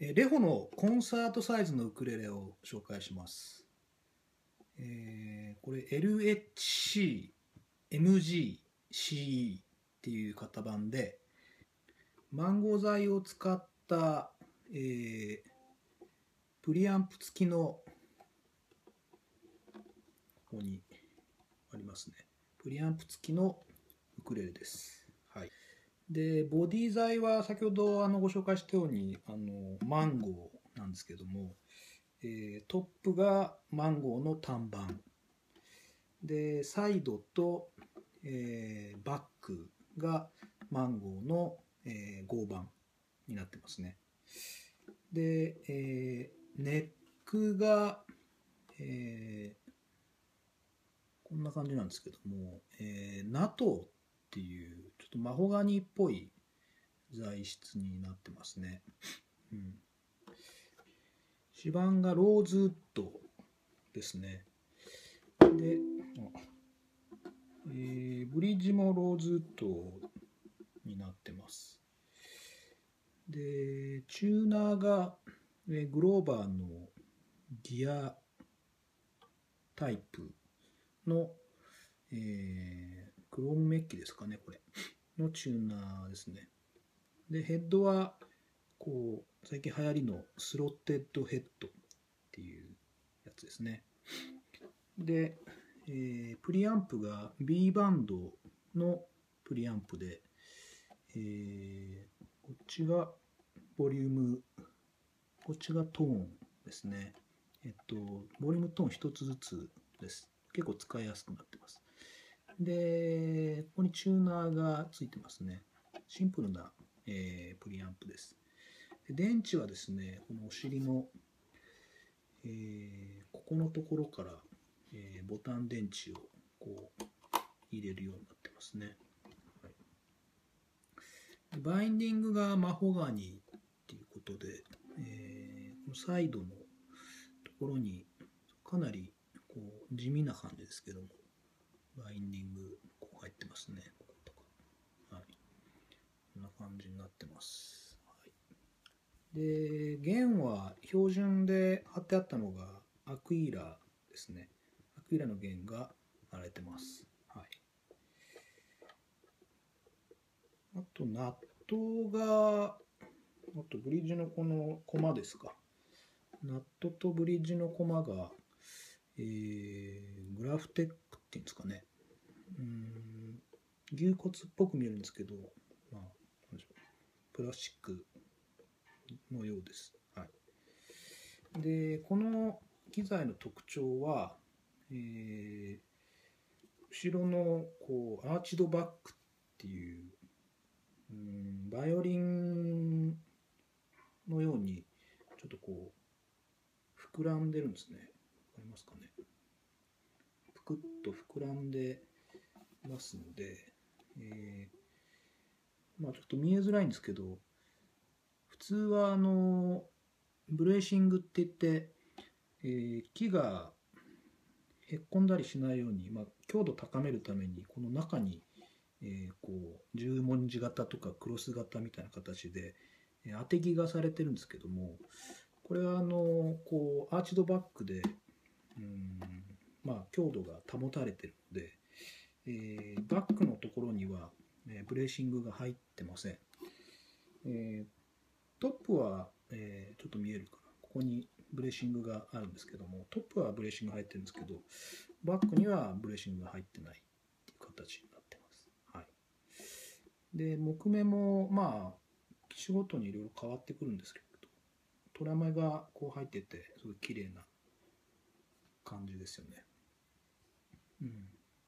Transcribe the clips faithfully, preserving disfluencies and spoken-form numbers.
えーレホのコンサートサイズのウクレレを紹介します。えーこれ エルエイチシーエムジーシーイー っていう型番で、マンゴー材を使った、えープリアンプ付きの、ここにありますね。プリアンプ付きのウクレレです。はい。で、ボディ材は先ほどあのご紹介したようにあのマンゴーなんですけども、えートップがマンゴーの単板で、サイドと、えーバックがマンゴーの、えー合板になってますね。で、えーネックが、えーこんな感じなんですけども、えー、ナトーっていうちょっとマホガニーっぽい材質になってますね。うん、指板がローズウッドですね。で、えーブリッジもローズウッドになってます。で、チューナーが、えーグローバーのギアタイプの、えークロームメッキですかね、これのチューナーですね。で、ヘッドはこう最近流行りのスロッテッドヘッドっていうやつですね。で、えープリアンプが B バンドのプリアンプで、えーこっちがボリューム、こっちがトーンですね。えっと、ボリュームトーン一つずつです。結構使いやすくなってます。で、ここにチューナーがついてますね。シンプルな、えープリアンプです。で電池はですね、このお尻の、えーここのところから、えーボタン電池をこう入れるようになってますね。はい、バインディングがマホガニーっていうことで、えーこのサイドのところにかなりこう地味な感じですけども、バインディングこう入ってますね。こことか、はい、こんな感じになってます。はい、で、弦は標準で貼ってあったのがアクイラですね。アクイラの弦が貼られてます。はい、あと、ナットが、あとブリッジのこのコマですか。ナットとブリッジのコマが、えー、グラフテックっていうんですかね。うーん、牛骨っぽく見えるんですけど、まあ、なんでしょう、プラスチックのようです。はい、で、この機材の特徴は、えー、後ろのこうアーチドバックっていう、うん、バイオリンのようにちょっとこう膨らんでるんですね。わかりますかね。ぷくっと膨らんでますので、えー、まあちょっと見えづらいんですけど、普通はあのブレーシングって言って、えー木がへっこんだりしないように、まあ、強度を高めるためにこの中に、えーこう十文字型とかクロス型みたいな形で、えー当て木がされてるんですけども、これはあのこうアーチドバックで、うん、まあ、強度が保たれてるので、えーバックのところには、えーブレーシングが入ってません。えートップは、えーちょっと見えるかな。ここにブレーシングがあるんですけども、トップはブレーシングが入ってるんですけど、バックにはブレーシングが入ってないっていう形になってます。はい、で、木目も、まあ、機種ごとにいろいろ変わってくるんですけど、トラメがこう入ってて、すごい綺麗な感じですよね。うん、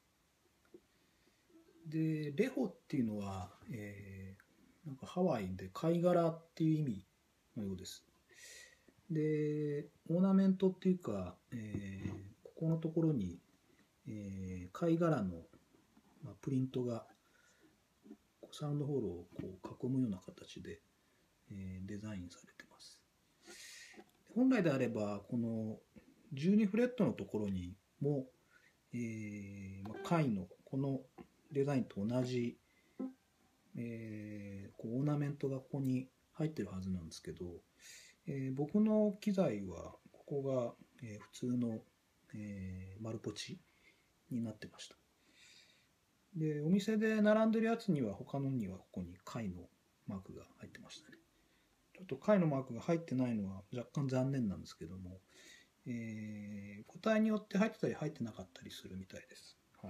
で、レホっていうのは、えーなんかハワイで貝殻っていう意味のようです。で、オーナメントっていうか、えーここのところに、えー貝殻の、まあ、プリントがサウンドホールをこう囲むような形で、えーデザインされてます。本来であればこのじゅうにフレットのところにも、えーまあ、貝のこのデザインと同じ、えーこうオーナメントがここに入ってるはずなんですけど、 えー、僕の機材はここが、えー、普通の、えー、丸ポチになってました。で、お店で並んでるやつには他のにはここに貝のマークが入ってましたね。ちょっと貝のマークが入ってないのは若干残念なんですけども、えー、個体によって入ってたり入ってなかったりするみたいです。はい。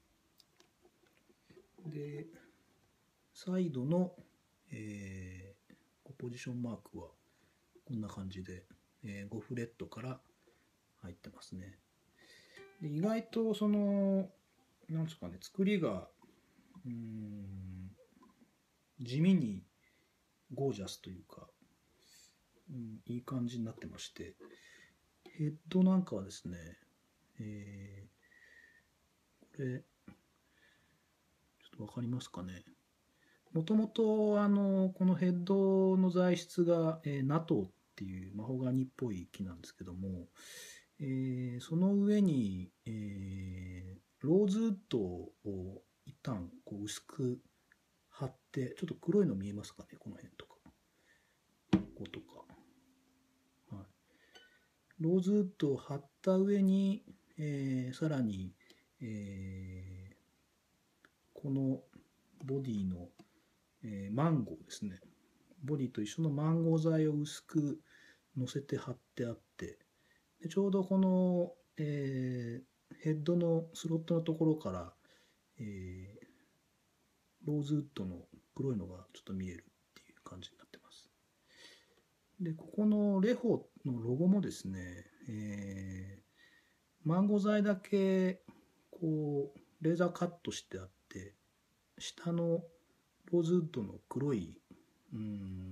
で、サイドの、えー、ポジションマークはこんな感じで、えー、ごフレットから入ってますね。で、意外とそのなんですかね、作りがうーん地味にゴージャスというか、うん、いい感じになってまして、ヘッドなんかはですね、えー、これちょっとわかりますかね。もともとあのこのヘッドの材質が、えー、ナトーっていうマホガニっぽい木なんですけども、えー、その上に、えー、ローズウッドを一旦こう薄く貼って、ちょっと黒いの見えますかね、この辺とか、こことか、はい、ローズウッドを貼った上に、えー、さらに、えー、このボディの、えー、マンゴーですね、ボディと一緒のマンゴー材を薄く乗せて貼ってあって、でちょうどこの、えー、ヘッドのスロットのところから、えー、ローズウッドの黒いのがちょっと見えるっていう感じになってます。で、ここのレホのロゴもですね、えー、マンゴー材だけこうレーザーカットしてあって、下のローズウッドの黒い、うん、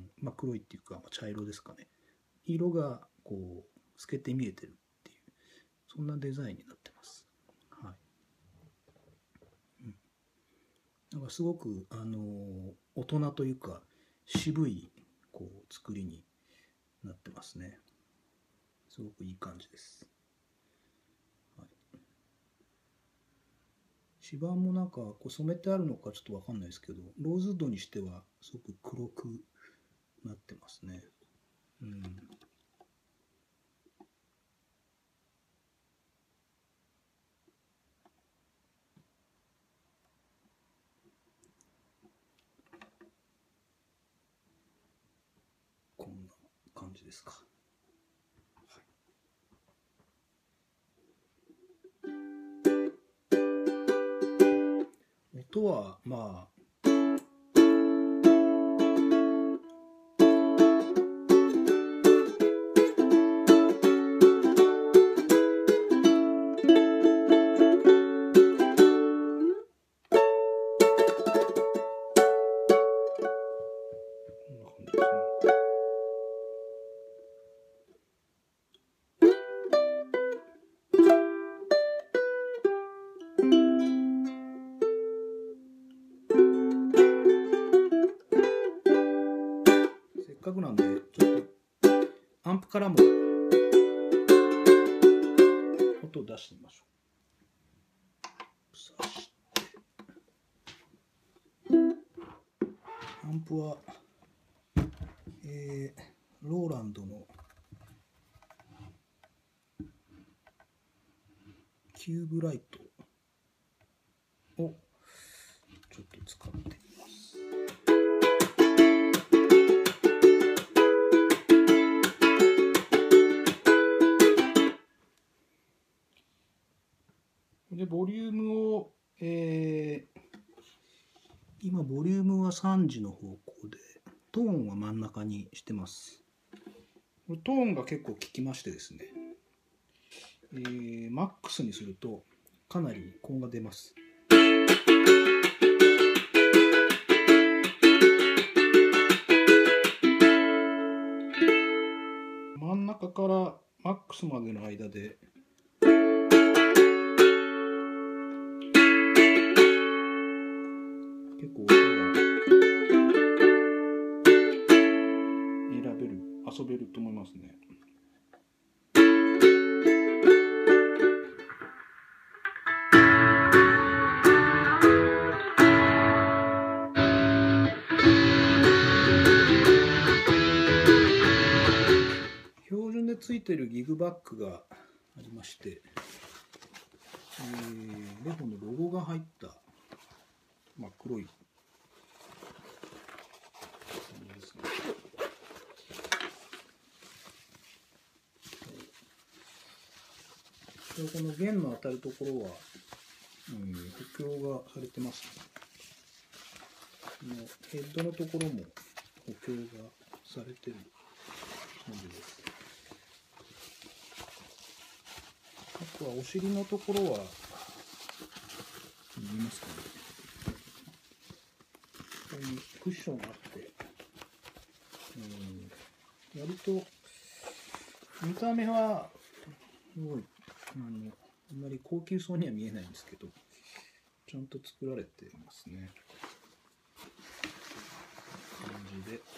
まあ黒いっていうか茶色ですかね、色がこう透けて見えてるっていう、そんなデザインになってます。はい。うん、なんかすごくあの大人というか渋いこう作りになってますね。すごくいい感じです。はい、指板もなんかこう染めてあるのかちょっとわかんないですけど、ローズウッドにしてはすごく黒くなってますね。うん。こんな感じですか。音はまあせっかくなんでちょっとアンプからも音を出してみましょう。そしてアンプは、えー、ローランドのキューブライトをちょっと使ってみます。でボリュームを、えー、今ボリュームはさんじの方向で、トーンは真ん中にしてます。これトーンが結構効きましてですね、えー、マックスにするとかなり高音が出ます。真ん中からマックスまでの間で結構音が選べる、遊べると思いますね。 ついてるギグバッグがありまして、えー、レホのロゴが入った、まあ、黒い感じですね。でこの弦の当たるところは、うん、補強がされてますね。このヘッドのところも補強がされてる感じです。あとはお尻のところは見えますかね。ここにクッションがあって、うん、割と見た目はすごいあのあんまり高級そうには見えないんですけど、ちゃんと作られていますね。こんな感じで。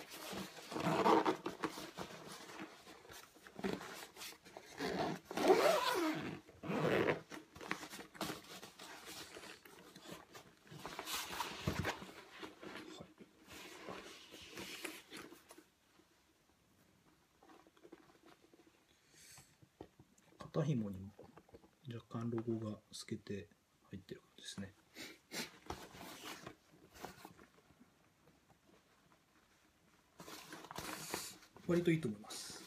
肩紐にも若干ロゴが透けて入ってる感じですね。割といいと思います。